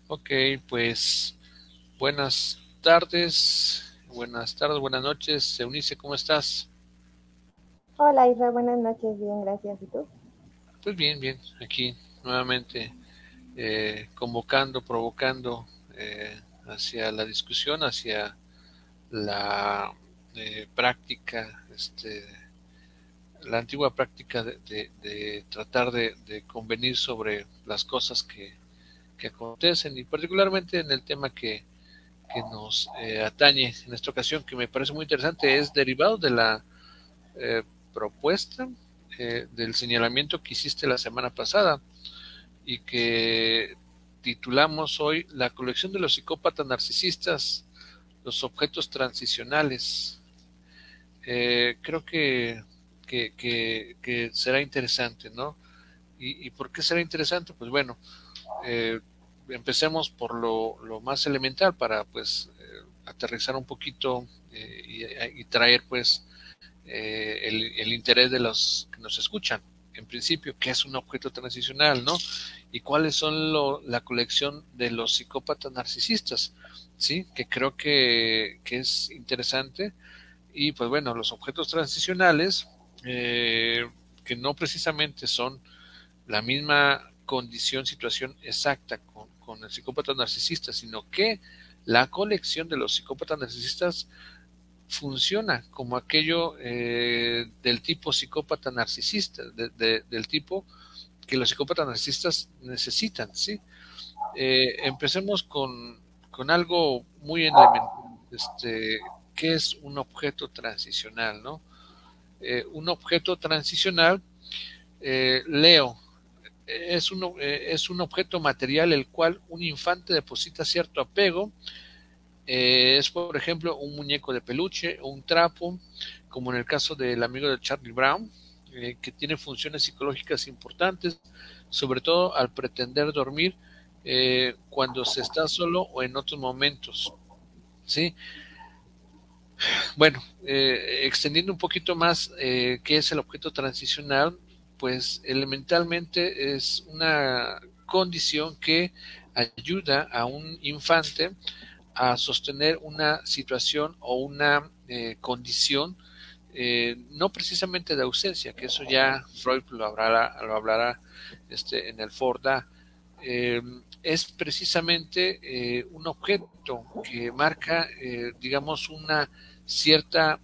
Ok, pues buenas tardes, buenas noches. Eunice, ¿cómo estás? Hola Isra, buenas noches, bien, gracias. ¿Y tú? Pues bien, bien, aquí nuevamente convocando, provocando hacia la discusión, hacia la práctica, la antigua práctica de tratar de convenir sobre las cosas que acontecen y particularmente en el tema que nos atañe en esta ocasión, que me parece muy interesante, es derivado de la eh, propuesta del señalamiento que hiciste la semana pasada y que titulamos hoy La colección de los psicópatas narcisistas, los objetos transicionales. Creo que será interesante, ¿no? ¿Y por qué será interesante? Pues bueno, eh, empecemos por lo más elemental para pues aterrizar un poquito y traer pues el interés de los que nos escuchan. En principio, ¿qué es un objeto transicional, no? ¿Y cuáles son la colección de los psicópatas narcisistas? Sí, que creo que es interesante. Y pues bueno, los objetos transicionales, que no precisamente son la misma condición, situación exacta con el psicópata narcisista, sino que la colección de los psicópatas narcisistas funciona como aquello del tipo psicópata narcisista, del tipo que los psicópatas narcisistas necesitan, ¿sí? Empecemos con algo muy elemental, ¿qué es un objeto transicional, no? Un objeto transicional, leo, es un objeto material el cual un infante deposita cierto apego. Es, por ejemplo, un muñeco de peluche o un trapo, como en el caso del amigo de Charlie Brown, que tiene funciones psicológicas importantes, sobre todo al pretender dormir cuando se está solo o en otros momentos. ¿Sí? Bueno, extendiendo un poquito más qué es el objeto transicional, pues elementalmente es una condición que ayuda a un infante a sostener una situación o una condición, no precisamente de ausencia, que eso ya Freud lo hablará en el Forda, eh, es precisamente un objeto que marca, digamos, una cierta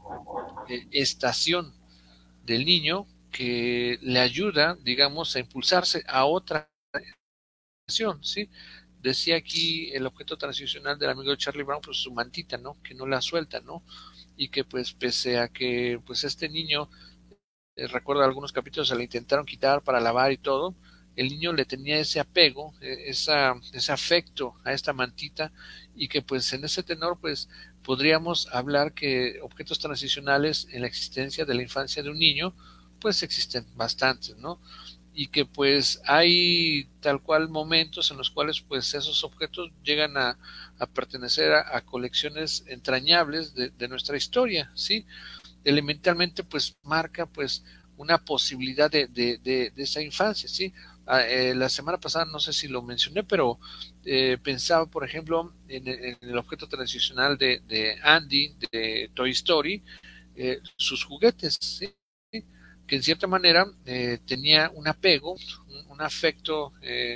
estación del niño que le ayuda, digamos, a impulsarse a otra estación, ¿sí? Decía aquí el objeto transicional del amigo de Charlie Brown, pues su mantita, ¿no? Que no la suelta, ¿no? Y que pues pese a que pues este niño, recuerdo algunos capítulos, se le intentaron quitar para lavar y todo, el niño le tenía ese apego, ese afecto a esta mantita y que pues en ese tenor pues podríamos hablar que objetos transicionales en la existencia de la infancia de un niño pues existen bastantes, ¿no? Y que pues hay tal cual momentos en los cuales pues esos objetos llegan a pertenecer a colecciones entrañables de nuestra historia, ¿sí? Elementalmente pues marca pues una posibilidad de esa infancia, ¿sí? La semana pasada no sé si lo mencioné, pero pensaba, por ejemplo, en el objeto transicional de Andy, de Toy Story, sus juguetes, ¿sí? Que en cierta manera tenía un apego, un afecto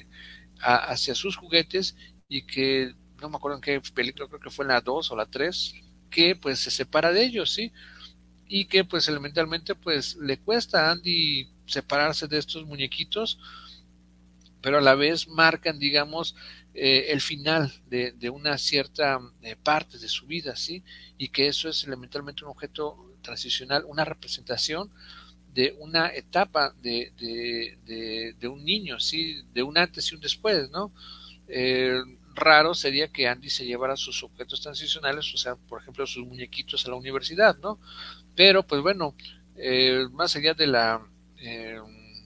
hacia sus juguetes y que no me acuerdo en qué película, creo que fue en la 2 o la 3 que pues se separa de ellos, ¿sí? Y que pues elementalmente pues le cuesta a Andy separarse de estos muñequitos, pero a la vez marcan, digamos, el final de una cierta parte de su vida, ¿sí? Y que eso es elementalmente un objeto transicional, una representación de una etapa de un niño, ¿sí? De un antes y un después, ¿no? Eh, Raro sería que Andy se llevara sus objetos transicionales, o sea, por ejemplo, sus muñequitos a la universidad, ¿no? Pero, pues bueno, más allá eh,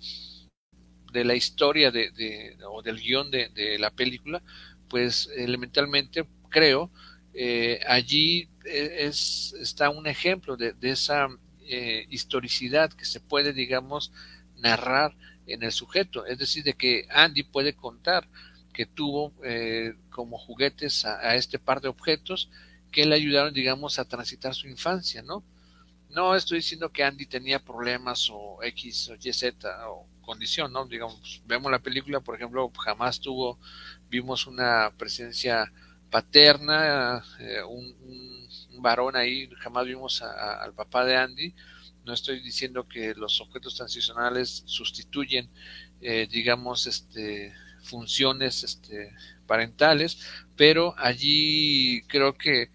de la historia o del guión de la película, pues elementalmente creo, allí está un ejemplo de esa historicidad que se puede, digamos, narrar en el sujeto, es decir, de que Andy puede contar que tuvo como juguetes a este par de objetos que le ayudaron, digamos, a transitar su infancia, ¿no? No estoy diciendo que Andy tenía problemas o X o Y, Z o condición, ¿no? Digamos, vemos la película, por ejemplo, jamás vimos una presencia paterna, un varón ahí, jamás vimos al papá de Andy. No estoy diciendo que los objetos transicionales sustituyen, digamos, funciones parentales, pero allí creo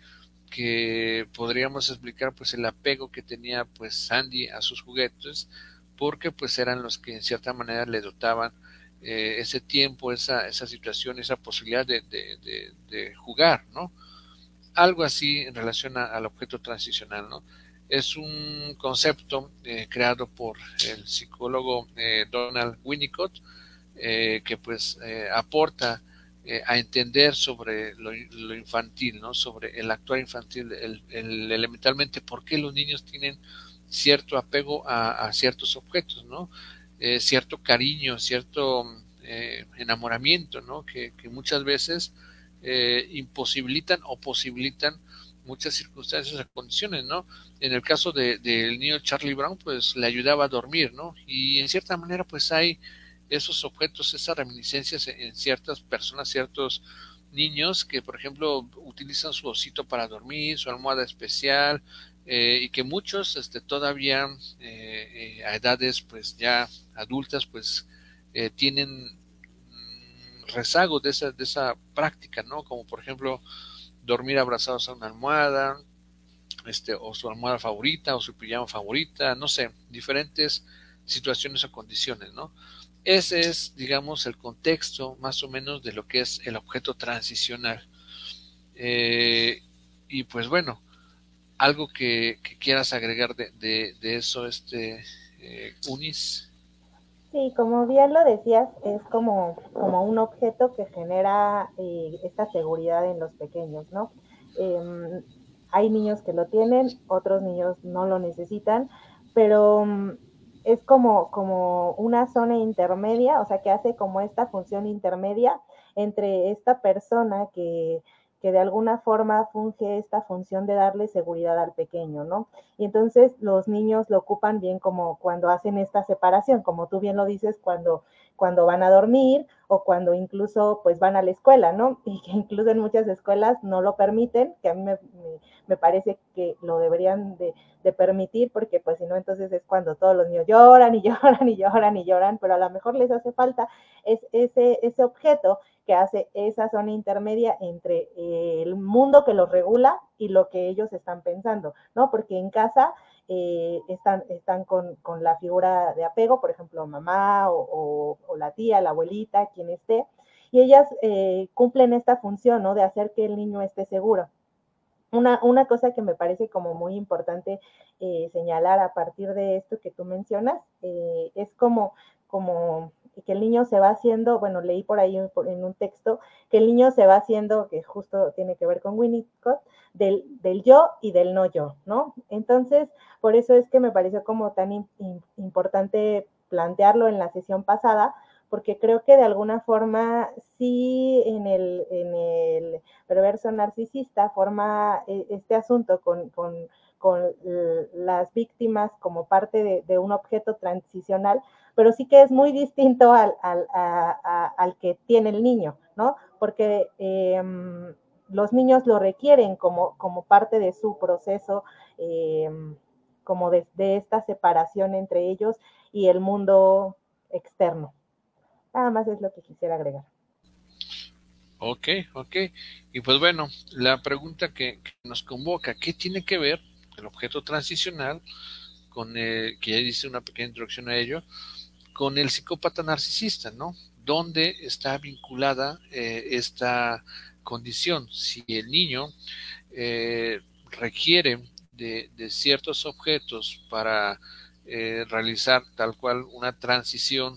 que podríamos explicar pues el apego que tenía pues Sandy a sus juguetes, porque pues eran los que en cierta manera le dotaban ese tiempo, esa situación, esa posibilidad de jugar, ¿no? Algo así en relación al objeto transicional, ¿no? Es un concepto creado por el psicólogo Donald Winnicott, que pues aporta a entender sobre lo infantil, ¿no? Sobre el actuar infantil, elementalmente por qué los niños tienen cierto apego a ciertos objetos, ¿no? Cierto cariño, cierto enamoramiento, ¿no? Que muchas veces imposibilitan o posibilitan muchas circunstancias o condiciones, ¿no? En el caso del niño Charlie Brown, pues le ayudaba a dormir, ¿no? Y en cierta manera, pues hay esos objetos, esas reminiscencias en ciertas personas, ciertos niños que, por ejemplo, utilizan su osito para dormir, su almohada especial, y que muchos todavía a edades pues ya adultas pues tienen rezagos de esa práctica, ¿no? Como por ejemplo dormir abrazados a una almohada, o su almohada favorita, o su pijama favorita, no sé, diferentes situaciones o condiciones, ¿no? Ese es, digamos, el contexto más o menos de lo que es el objeto transicional. Y pues bueno, algo que quieras agregar de eso, Unis. Sí, como bien lo decías, es como un objeto que genera esta seguridad en los pequeños, ¿no? Eh, Hay niños que lo tienen, otros niños no lo necesitan, pero es como una zona intermedia, o sea, que hace como esta función intermedia entre esta persona que de alguna forma funge esta función de darle seguridad al pequeño, ¿no? Y entonces los niños lo ocupan bien como cuando hacen esta separación, como tú bien lo dices, cuando van a dormir o cuando incluso pues van a la escuela, ¿no? Y que incluso en muchas escuelas no lo permiten, que a mí me parece que lo deberían de permitir, porque pues si no, entonces es cuando todos los niños lloran y lloran y lloran y lloran, pero a lo mejor les hace falta ese objeto que hace esa zona intermedia entre el mundo que los regula y lo que ellos están pensando, ¿no? Porque en casa están con la figura de apego, por ejemplo, mamá o la tía, la abuelita, quien esté, y ellas cumplen esta función, ¿no? De hacer que el niño esté seguro. Una cosa que me parece como muy importante señalar a partir de esto que tú mencionas es como que el niño se va haciendo, bueno, leí por ahí en un texto, que el niño se va haciendo, que justo tiene que ver con Winnicott, del yo y del no yo, ¿no? Entonces, por eso es que me pareció como tan importante plantearlo en la sesión pasada, porque creo que de alguna forma sí en el perverso narcisista forma este asunto con las víctimas como parte de un objeto transicional, pero sí que es muy distinto al que tiene el niño, ¿no? Porque los niños lo requieren como parte de su proceso, como de esta separación entre ellos y el mundo externo. Nada más es lo que quisiera agregar. Ok, ok. Y pues bueno, la pregunta que nos convoca, ¿qué tiene que ver el objeto transicional con que ya hice una pequeña introducción a ello, con el psicópata narcisista, ¿no? ¿Dónde está vinculada esta condición? Si el niño requiere de ciertos objetos para realizar tal cual una transición,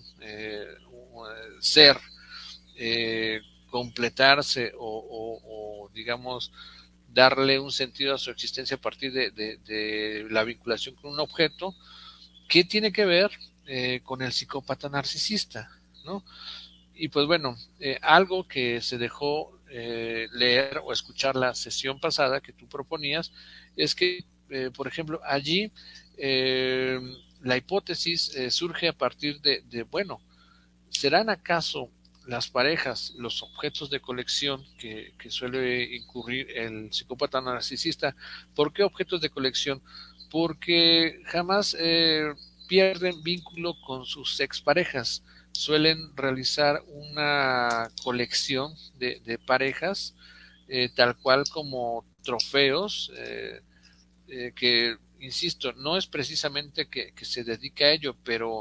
ser, eh, completarse o, digamos, darle un sentido a su existencia a partir de la vinculación con un objeto, ¿qué tiene que ver con el psicópata narcisista? ¿No? Y pues bueno, algo que se dejó leer o escuchar la sesión pasada que tú proponías es que, por ejemplo, allí eh, la hipótesis surge a partir bueno, ¿serán acaso las parejas los objetos de colección que suele incurrir el psicópata narcisista? ¿Por qué objetos de colección? Porque jamás pierden vínculo con sus exparejas. Suelen realizar una colección de parejas, tal cual como trofeos, que, insisto, no es precisamente que se dedique a ello, pero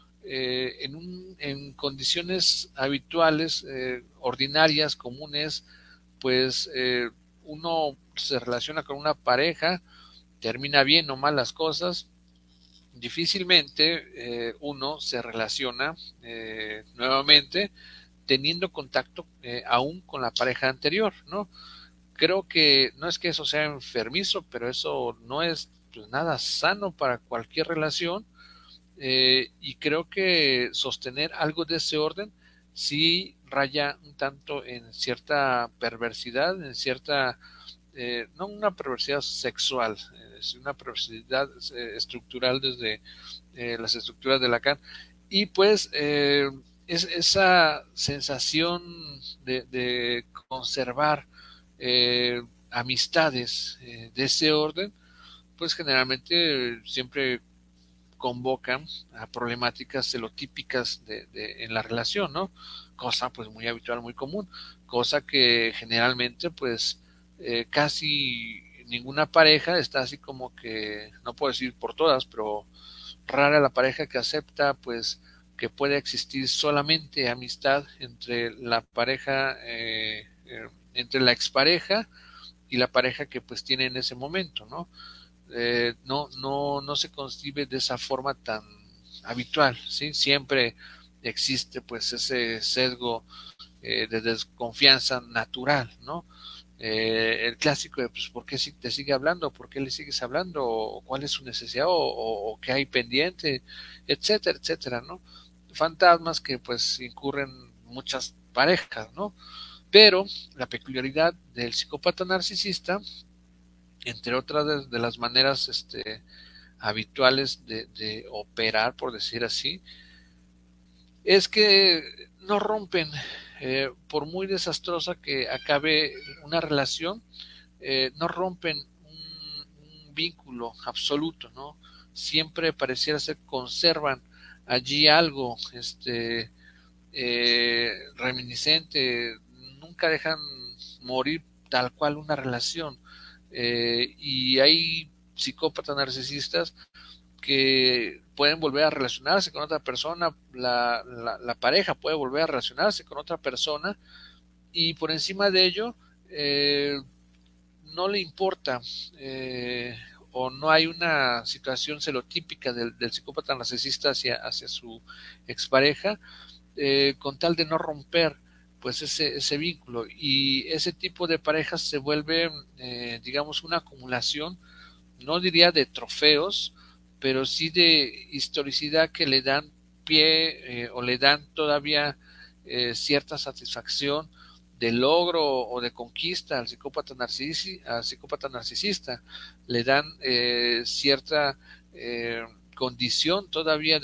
en condiciones habituales, ordinarias, comunes, pues uno se relaciona con una pareja, termina bien o mal las cosas, difícilmente uno se relaciona nuevamente teniendo contacto aún con la pareja anterior, ¿no? Creo que no es que eso sea enfermizo, pero eso no es pues, nada sano para cualquier relación, y creo que sostener algo de ese orden sí raya un tanto en cierta perversidad, en cierta, no una perversidad sexual, es una perversidad estructural desde las estructuras de Lacan. Y pues es esa sensación de conservar amistades de ese orden, pues generalmente siempre convocan a problemáticas celotípicas en la relación, ¿no? Cosa pues muy habitual, muy común, cosa que generalmente pues casi ninguna pareja está así como que, no puedo decir por todas, pero rara la pareja que acepta pues que puede existir solamente amistad entre la pareja, entre la expareja y la pareja que pues tiene en ese momento, ¿no? No se concibe de esa forma tan habitual, ¿sí? Siempre existe pues ese sesgo de desconfianza natural, ¿no? El clásico de pues ¿por qué te sigue hablando? ¿Por qué le sigues hablando? ¿O cuál es su necesidad? ¿O qué hay pendiente? Etcétera, etcétera, ¿no? Fantasmas que pues incurren muchas parejas, ¿no? Pero la peculiaridad del psicópata narcisista, entre otras de las maneras habituales de operar, por decir así, es que no rompen, por muy desastrosa que acabe una relación, no rompen un vínculo absoluto, ¿no? Siempre pareciera ser conservan allí algo, reminiscente, nunca dejan morir tal cual una relación. Y hay psicópatas narcisistas que pueden volver a relacionarse con otra persona, la pareja puede volver a relacionarse con otra persona y por encima de ello no le importa, eh, o no hay una situación celotípica del psicópata narcisista hacia su expareja, con tal de no romper pues ese vínculo, y ese tipo de parejas se vuelve digamos una acumulación, no diría de trofeos, pero sí de historicidad que le dan pie, o le dan todavía cierta satisfacción de logro o de conquista al psicópata narcisista, le dan cierta condición todavía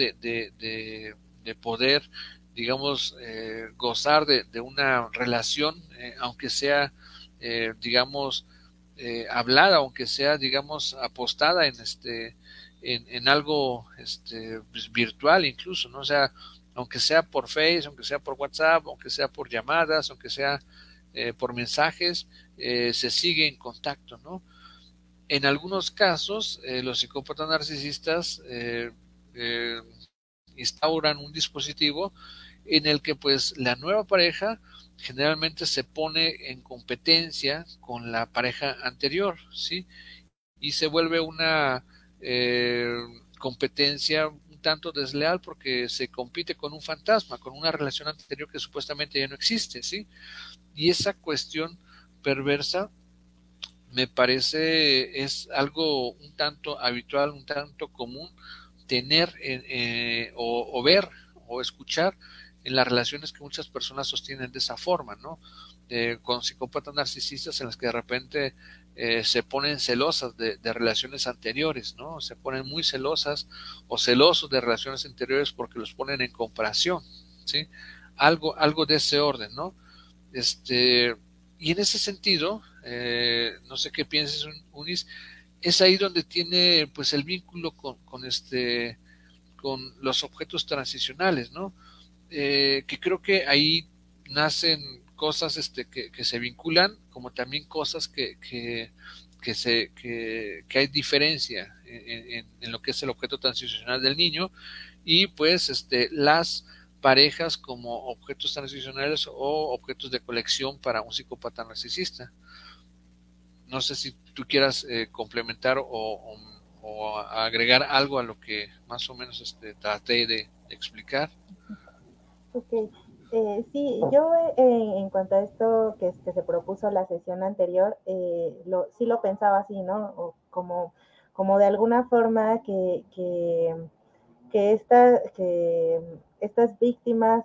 de poder, digamos, gozar de una relación, aunque sea, digamos, hablada, aunque sea, digamos, apostada en algo pues, virtual incluso, ¿no? O sea, aunque sea por Face, aunque sea por WhatsApp, aunque sea por llamadas, aunque sea por mensajes, se sigue en contacto, ¿no? En algunos casos, los psicópatas narcisistas eh, instauran un dispositivo en el que pues la nueva pareja generalmente se pone en competencia con la pareja anterior, ¿sí? Y se vuelve una eh, competencia un tanto desleal porque se compite con un fantasma, con una relación anterior que supuestamente ya no existe, ¿sí? Y esa cuestión perversa me parece es algo un tanto habitual, un tanto común tener o ver o escuchar en las relaciones que muchas personas sostienen de esa forma, ¿no? Con psicópatas narcisistas en las que de repente se ponen celosas de relaciones anteriores, ¿no? Se ponen muy celosas o celosos de relaciones anteriores porque los ponen en comparación, ¿sí? Algo de ese orden, ¿no? Y en ese sentido, no sé qué pienses, Unis, es ahí donde tiene pues el vínculo con los objetos transicionales, ¿no? Que creo que ahí nacen cosas que se vinculan, como también cosas que hay diferencia en lo que es el objeto transicional del niño y pues las parejas como objetos transicionales o objetos de colección para un psicópata narcisista. No sé si tú quieras complementar o agregar algo a lo que más o menos traté de explicar. Ok, sí, yo en cuanto a esto que se propuso la sesión anterior, sí lo pensaba así, ¿no? O como de alguna forma que estas víctimas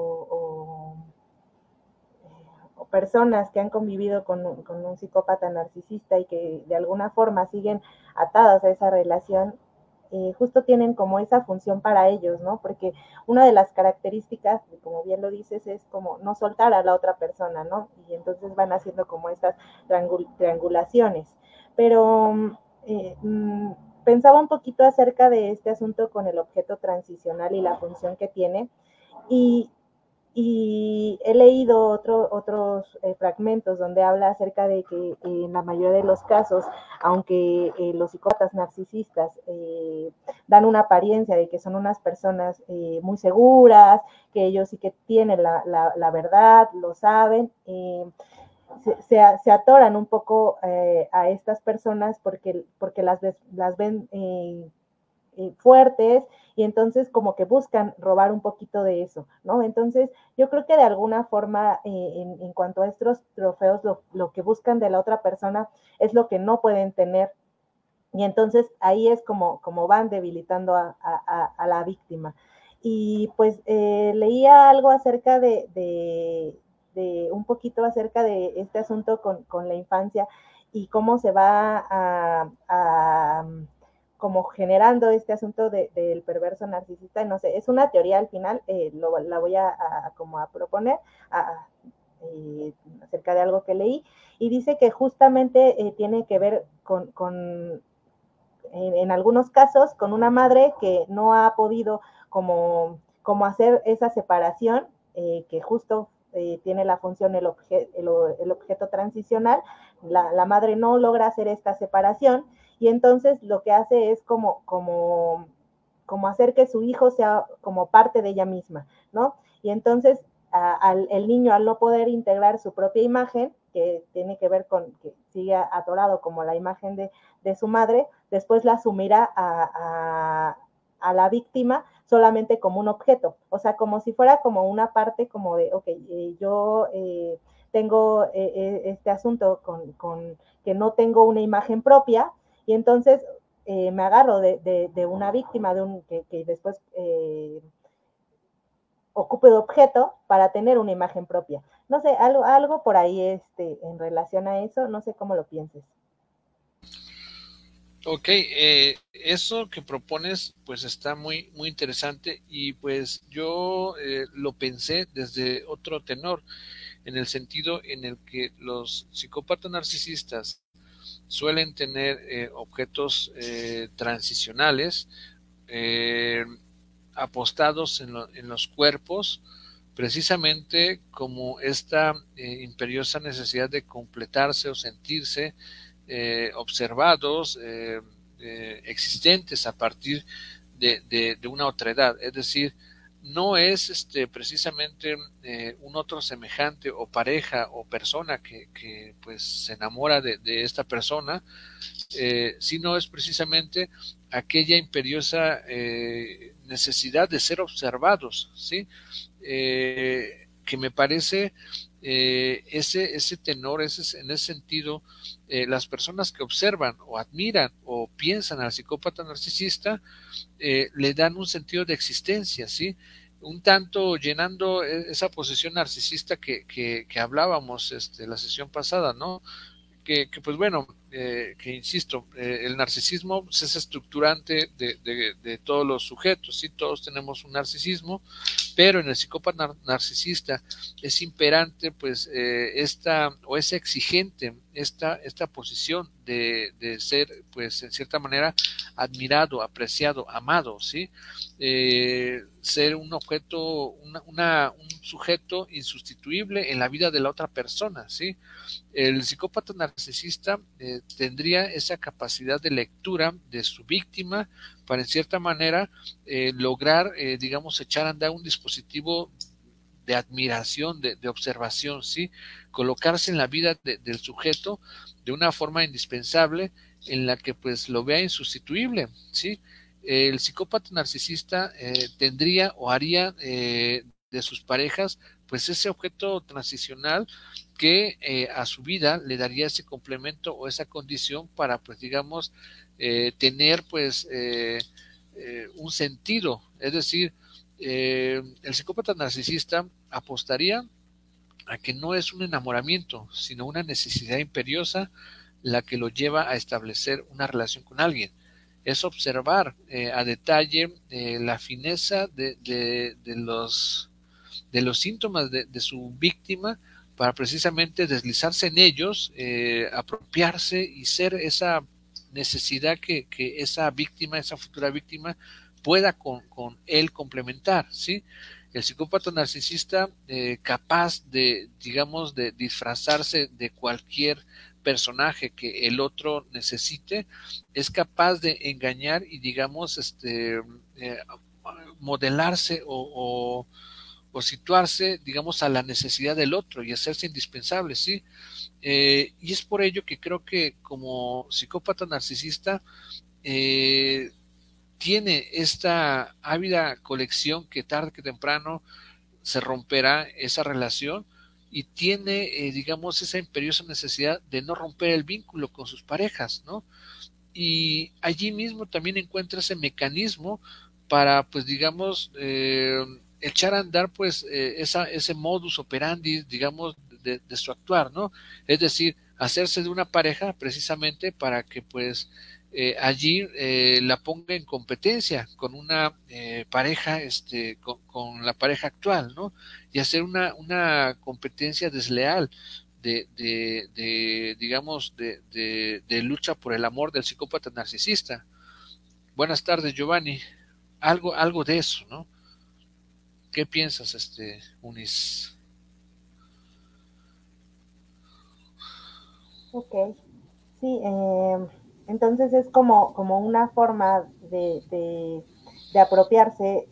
o personas que han convivido con un psicópata narcisista y que de alguna forma siguen atadas a esa relación, justo tienen como esa función para ellos, ¿no? Porque una de las características, como bien lo dices, es como no soltar a la otra persona, ¿no? Y entonces van haciendo como estas triangulaciones. Pero pensaba un poquito acerca de este asunto con el objeto transicional y la función que tiene. Y, y he leído otros fragmentos donde habla acerca de que en la mayoría de los casos, aunque los psicópatas narcisistas dan una apariencia de que son unas personas muy seguras, que ellos sí que tienen la verdad, lo saben, se atoran un poco a estas personas porque las ven fuertes y entonces como que buscan robar un poquito de eso, ¿no? Entonces yo creo que de alguna forma en cuanto a estos trofeos lo que buscan de la otra persona es lo que no pueden tener y entonces ahí es como van debilitando a la víctima. Y pues leía algo acerca de un poquito acerca de este asunto con la infancia y cómo se va como generando este asunto del perverso narcisista, no sé, es una teoría al final, la voy como a proponer acerca de algo que leí, y dice que justamente tiene que ver en algunos casos con una madre que no ha podido como hacer esa separación, que justo tiene la función el objeto transicional, la madre no logra hacer esta separación y entonces lo que hace es como hacer que su hijo sea como parte de ella misma, ¿no? Y entonces el niño al no poder integrar su propia imagen, que tiene que ver con que sigue atorado como la imagen de su madre, después la asumirá a la víctima solamente como un objeto, o sea, como si fuera como una parte como de, ok, yo tengo este asunto con que no tengo una imagen propia y entonces me agarro de una víctima que después ocupe de objeto para tener una imagen propia. No sé, algo por ahí en relación a eso, no sé cómo lo pienses. Ok, eso que propones pues está muy interesante y pues yo lo pensé desde otro tenor, en el sentido en el que los psicópatas narcisistas suelen tener objetos transicionales eh, apostados en los cuerpos, precisamente como esta imperiosa necesidad de completarse o sentirse observados, existentes a partir de una otra edad. Es decir, no es precisamente un otro semejante o pareja o persona que pues se enamora de esta persona, sino es precisamente aquella imperiosa necesidad de ser observados, ¿sí? Que me parece ese tenor, en ese sentido, las personas que observan o admiran o piensan al psicópata narcisista le dan un sentido de existencia, ¿sí? un tanto llenando esa posición narcisista que hablábamos la sesión pasada, ¿no? Pues bueno, que insisto, el narcisismo pues, es estructurante de todos los sujetos, ¿sí? Todos tenemos un narcisismo, pero en el psicópata narcisista es imperante pues esta o es exigente esta posición de ser pues en cierta manera admirado, apreciado, amado, ¿sí? Ser un objeto, un sujeto insustituible en la vida de la otra persona, ¿sí? El psicópata narcisista tendría esa capacidad de lectura de su víctima para en cierta manera lograr, digamos, echar a andar un dispositivo de admiración, de observación, ¿sí? Colocarse en la vida del sujeto de una forma indispensable en la que pues lo vea insustituible, ¿sí? El psicópata narcisista tendría o haría de sus parejas pues ese objeto transicional que a su vida le daría ese complemento o esa condición para pues digamos tener pues un sentido, es decir, el psicópata narcisista apostaría a que no es un enamoramiento, sino una necesidad imperiosa la que lo lleva a establecer una relación con alguien. Es observar a detalle la fineza de los síntomas de su víctima para precisamente deslizarse en ellos, apropiarse y ser esa necesidad que esa víctima, esa futura víctima, pueda con él complementar, ¿sí? El psicópata narcisista capaz de, digamos, de disfrazarse de cualquier personaje que el otro necesite, es capaz de engañar y, digamos, modelarse o situarse, digamos, a la necesidad del otro y hacerse indispensable, ¿sí? Y es por ello que creo que como psicópata narcisista eh, tiene esta ávida colección que tarde que temprano se romperá esa relación y tiene, digamos, esa imperiosa necesidad de no romper el vínculo con sus parejas, ¿no? Y allí mismo también encuentra ese mecanismo para, pues, digamos, echar a andar, pues, ese modus operandi, digamos, de su actuar, ¿no? Es decir, hacerse de una pareja precisamente para que, pues, allí la ponga en competencia con una pareja, con la pareja actual, ¿no? Y hacer una competencia desleal digamos, de lucha por el amor del psicópata narcisista. Buenas tardes, Giovanni. Algo de eso, ¿no? ¿Qué piensas, Unis? Ok, sí, entonces es como una forma de apropiarse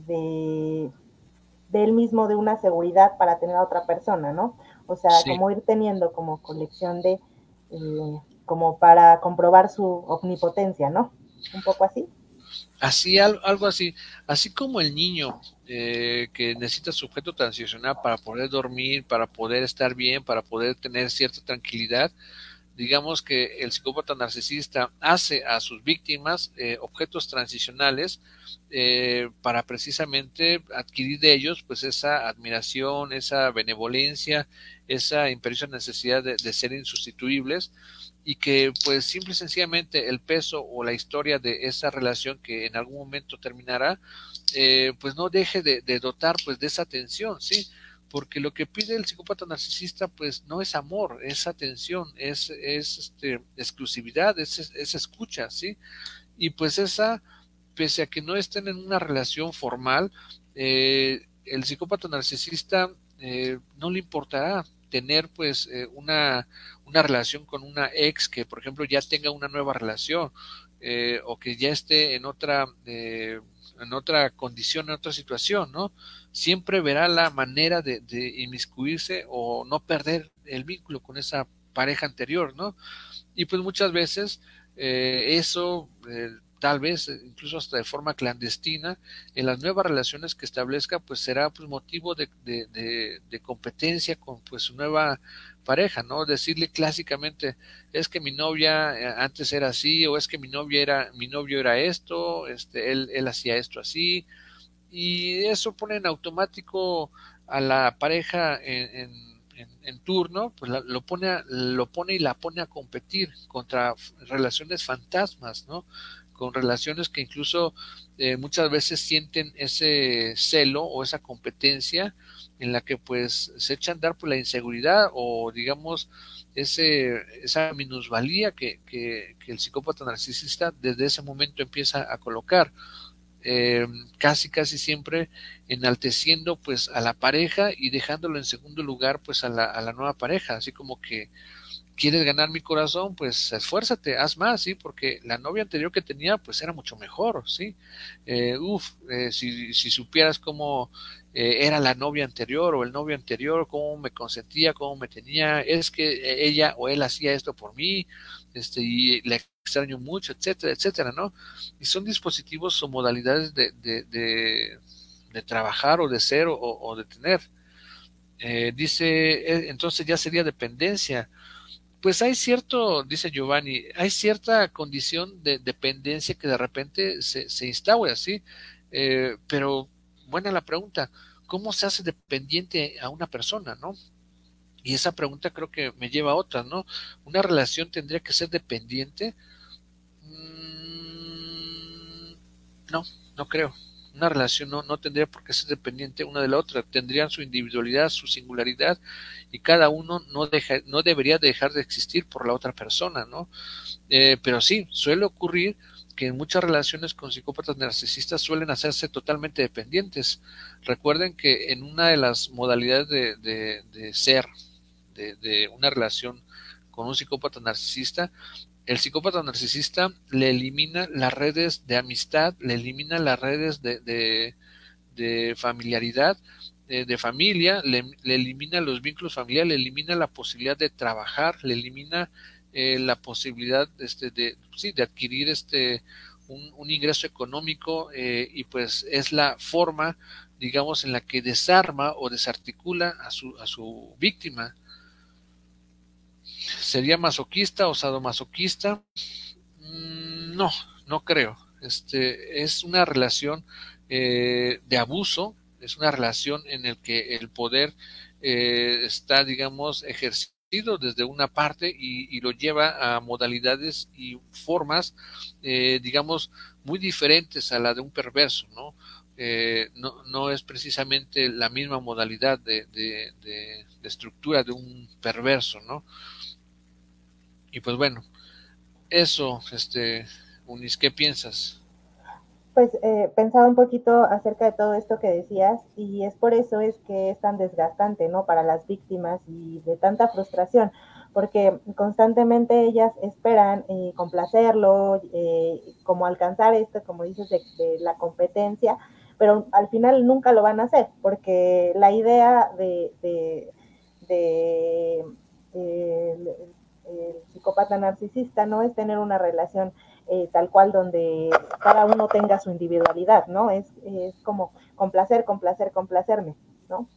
de él mismo de una seguridad para tener a otra persona, ¿no? O sea, Sí, como ir teniendo como colección como para comprobar su omnipotencia, ¿no? Un poco así. así, algo así. Así como el niño que necesita su objeto transicional para poder dormir, para poder estar bien, para poder tener cierta tranquilidad, digamos que el psicópata narcisista hace a sus víctimas objetos transicionales para precisamente adquirir de ellos pues esa admiración, esa benevolencia, esa imperiosa necesidad de ser insustituibles y que pues simple y sencillamente el peso o la historia de esa relación que en algún momento terminará pues no deje de dotar pues de esa atención, ¿sí? Porque lo que pide el psicópata narcisista pues no es amor, es atención, es exclusividad, es escucha, ¿sí? Y pues esa, pese a que no estén en una relación formal, el psicópata narcisista no le importará tener pues una relación con una ex que por ejemplo ya tenga una nueva relación o que ya esté en otra condición, en otra situación, ¿no? Siempre verá la manera de inmiscuirse o no perder el vínculo con esa pareja anterior, ¿no? Y pues muchas veces eso, tal vez incluso hasta de forma clandestina, en las nuevas relaciones que establezca, pues será pues motivo de competencia con pues su nueva pareja, ¿no? Decirle clásicamente, es que mi novia antes era así, o es que mi novio era esto, él hacía esto así, y eso pone en automático a la pareja en turno, pues lo pone y la pone a competir contra relaciones fantasmas, ¿no? Con relaciones que incluso muchas veces sienten ese celo o esa competencia en la que pues se echan a andar por la inseguridad o digamos esa minusvalía que el psicópata narcisista desde ese momento empieza a colocar, eh, casi siempre enalteciendo pues a la pareja y dejándolo en segundo lugar pues a la nueva pareja, así como que quieres ganar mi corazón, pues esfuérzate, haz más, ¿sí? Porque la novia anterior que tenía, pues era mucho mejor, ¿sí? Si supieras cómo era la novia anterior o el novio anterior, cómo me consentía, cómo me tenía, es que ella o él hacía esto por mí, y le extraño mucho, etcétera, etcétera, ¿no? Y son dispositivos o modalidades de trabajar o de ser o de tener. Entonces ya sería dependencia, pues hay cierto, dice Giovanni, hay cierta condición de dependencia que de repente se instaura, ¿sí? Pero buena la pregunta, ¿cómo se hace dependiente a una persona, no? Y esa pregunta creo que me lleva a otra, ¿no? ¿Una relación tendría que ser dependiente? Mm, no, no creo. Una relación no tendría por qué ser dependiente una de la otra. Tendrían su individualidad, su singularidad, y cada uno no debería dejar de existir por la otra persona, ¿no? Pero sí, suele ocurrir que en muchas relaciones con psicópatas narcisistas suelen hacerse totalmente dependientes. Recuerden que en una de las modalidades de ser, de una relación con un psicópata narcisista, el psicópata narcisista le elimina las redes de amistad, le elimina las redes de familiaridad, de familia, le elimina los vínculos familiares, le elimina la posibilidad de trabajar, le elimina la posibilidad sí, de adquirir un ingreso económico, y pues es la forma, digamos, en la que desarma o desarticula a su víctima. ¿Sería masoquista o sadomasoquista? No, no creo. Es una relación de abuso, es una relación en el que el poder está, digamos, ejercido desde una parte y lo lleva a modalidades y formas, digamos, muy diferentes a la de un perverso, ¿no? No es precisamente la misma modalidad de estructura de un perverso, ¿no? Y pues bueno, eso, Unis, ¿qué piensas? Pues pensaba un poquito acerca de todo esto que decías y es por eso es que es tan desgastante, ¿no? Para las víctimas y de tanta frustración, porque constantemente ellas esperan complacerlo, como alcanzar esto, como dices, de la competencia, pero al final nunca lo van a hacer, porque la idea el psicópata narcisista no es tener una relación tal cual donde cada uno tenga su individualidad, ¿no? Es como complacer, complacer, complacerme, ¿no?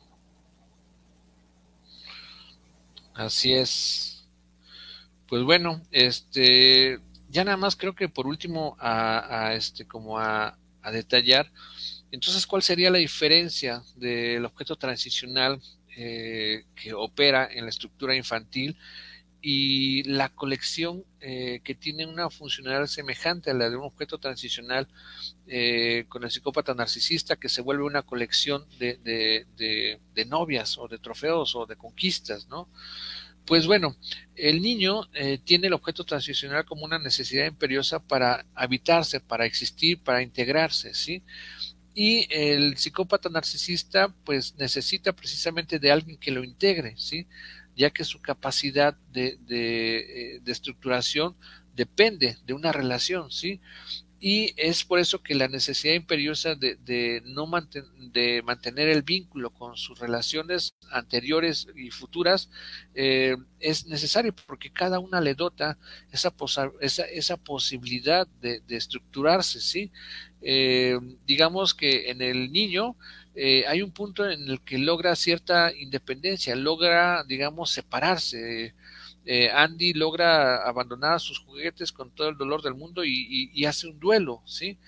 Así es. Pues bueno, ya nada más creo que por último como a detallar, entonces, ¿cuál sería la diferencia del objeto transicional que opera en la estructura infantil y la colección que tiene una funcionalidad semejante a la de un objeto transicional con el psicópata narcisista, que se vuelve una colección de novias o de trofeos o de conquistas, ¿no? Pues bueno, el niño tiene el objeto transicional como una necesidad imperiosa para habitarse, para existir, para integrarse, ¿sí? Y el psicópata narcisista pues necesita precisamente de alguien que lo integre, ¿sí? Ya que su capacidad de estructuración depende de una relación, ¿sí? Y es por eso que la necesidad imperiosa de mantener el vínculo con sus relaciones anteriores y futuras es necesario, porque cada una le dota esa posibilidad de estructurarse, ¿sí? Digamos que en el niño hay un punto en el que logra cierta independencia, logra, digamos, separarse. Andy logra abandonar sus juguetes con todo el dolor del mundo y hace un duelo, ¿sí?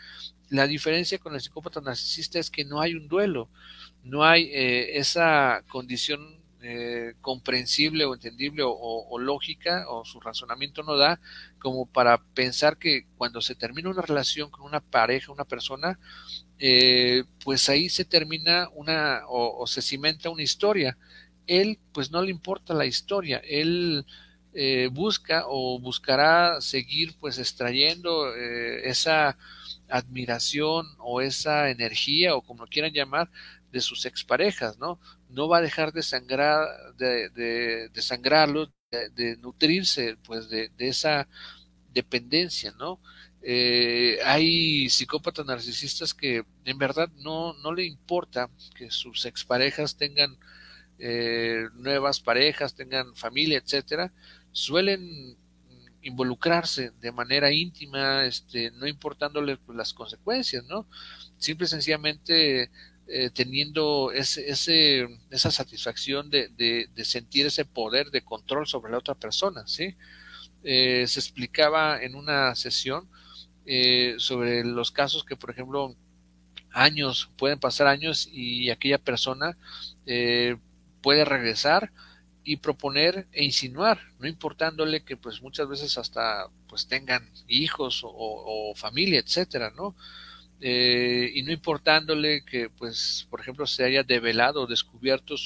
La diferencia con el psicópata narcisista es que no hay un duelo, no hay esa condición comprensible o entendible o lógica, o su razonamiento no da como para pensar que cuando se termina una relación con una pareja, una persona, pues ahí se termina o se cimenta una historia. Él pues no le importa la historia, él busca o buscará seguir pues extrayendo esa admiración o esa energía o como lo quieran llamar de sus exparejas, ¿no? No va a dejar de sangrar, de sangrarlos, de nutrirse pues de esa dependencia, ¿no? Hay psicópatas narcisistas que en verdad no le importa que sus exparejas tengan nuevas parejas, tengan familia, etcétera, suelen involucrarse de manera íntima, no importándole pues, las consecuencias, ¿no? Simple y sencillamente teniendo esa satisfacción de sentir ese poder de control sobre la otra persona, ¿sí? Se explicaba en una sesión sobre los casos que, por ejemplo, pueden pasar años y aquella persona eh, puede regresar y proponer e insinuar, no importándole que pues muchas veces hasta pues tengan hijos o familia, etcétera, ¿no? Y no importándole que pues por ejemplo se haya develado o descubierto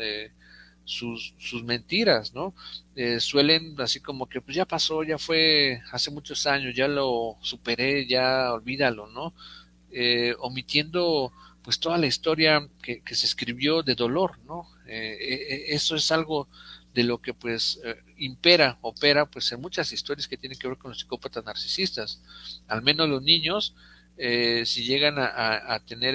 sus mentiras, ¿no? Suelen así como que pues ya pasó, ya fue hace muchos años, ya lo superé, ya olvídalo, ¿no? Omitiendo pues toda la historia que se escribió de dolor, ¿no? Eso es algo de lo que pues opera pues en muchas historias que tienen que ver con los psicópatas narcisistas. Al menos los niños, si llegan a tener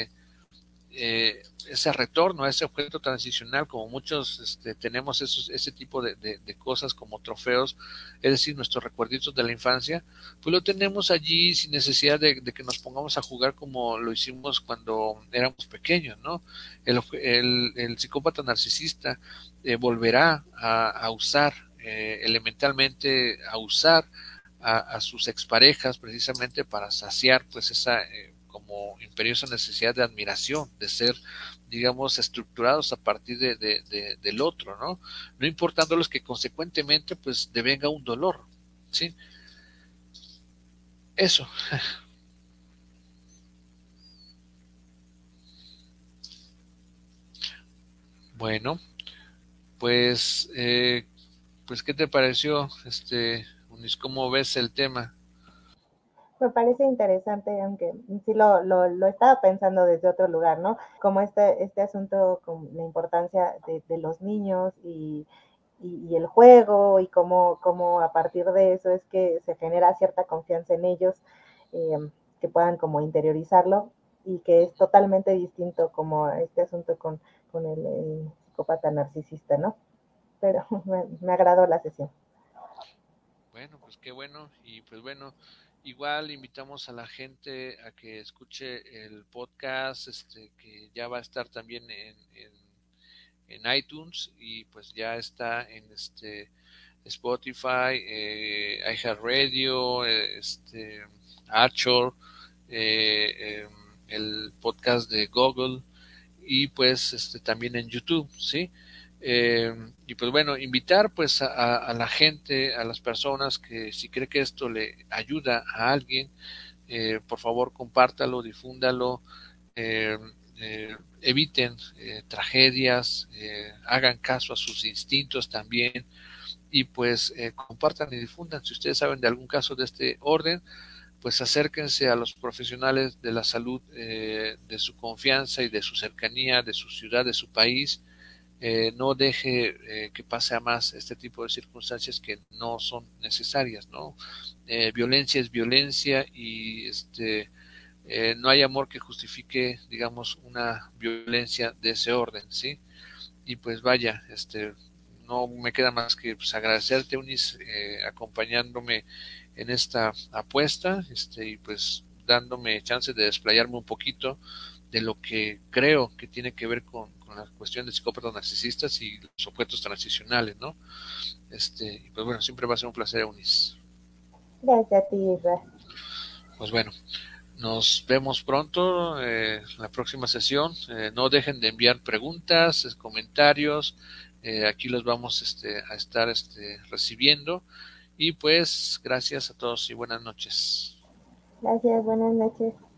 ese retorno a ese objeto transicional, como muchos tenemos ese tipo de cosas como trofeos, es decir, nuestros recuerditos de la infancia, pues lo tenemos allí sin necesidad de que nos pongamos a jugar como lo hicimos cuando éramos pequeños, ¿no? El psicópata narcisista volverá a usar, elementalmente, a usar a sus exparejas precisamente para saciar pues esa como imperiosa necesidad de admiración, de ser, digamos, estructurados a partir del otro, ¿no? No importándoles que consecuentemente pues devenga un dolor, ¿sí? Eso. Bueno, pues, pues, ¿qué te pareció, Unis? ¿Cómo ves el tema? Me parece interesante, aunque sí lo estaba pensando desde otro lugar, ¿no? Como este asunto con la importancia de los niños y el juego y cómo a partir de eso es que se genera cierta confianza en ellos, eh, que puedan como interiorizarlo y que es totalmente distinto como este asunto con el psicópata narcisista, ¿no? Pero me agradó la sesión. Bueno, pues qué bueno. Y pues bueno, igual invitamos a la gente a que escuche el podcast, que ya va a estar también en iTunes y pues ya está en Spotify, iHeartRadio, Anchor, eh, el podcast de Google y pues también en YouTube, ¿sí? Y pues bueno, invitar pues a la gente, a las personas que si cree que esto le ayuda a alguien, por favor compártalo, difúndalo, eh, eviten tragedias, hagan caso a sus instintos también y pues compartan y difundan. Si ustedes saben de algún caso de este orden, pues acérquense a los profesionales de la salud de su confianza y de su cercanía, de su ciudad, de su país. No deje que pase a más este tipo de circunstancias que no son necesarias, ¿no? Violencia es violencia y no hay amor que justifique, digamos, una violencia de ese orden, ¿sí? Y pues vaya, no me queda más que pues, agradecerte, Unis, acompañándome en esta apuesta, y pues dándome chance de desplayarme un poquito de lo que creo que tiene que ver con la cuestión de psicópatas narcisistas y los objetos transicionales, ¿no? Pues bueno, siempre va a ser un placer, Unis. Gracias a ti, Isra. Pues bueno, Nos vemos pronto en la próxima sesión. No dejen de enviar preguntas, comentarios. Aquí los vamos a estar recibiendo. Y pues gracias a todos y buenas noches. Gracias, buenas noches.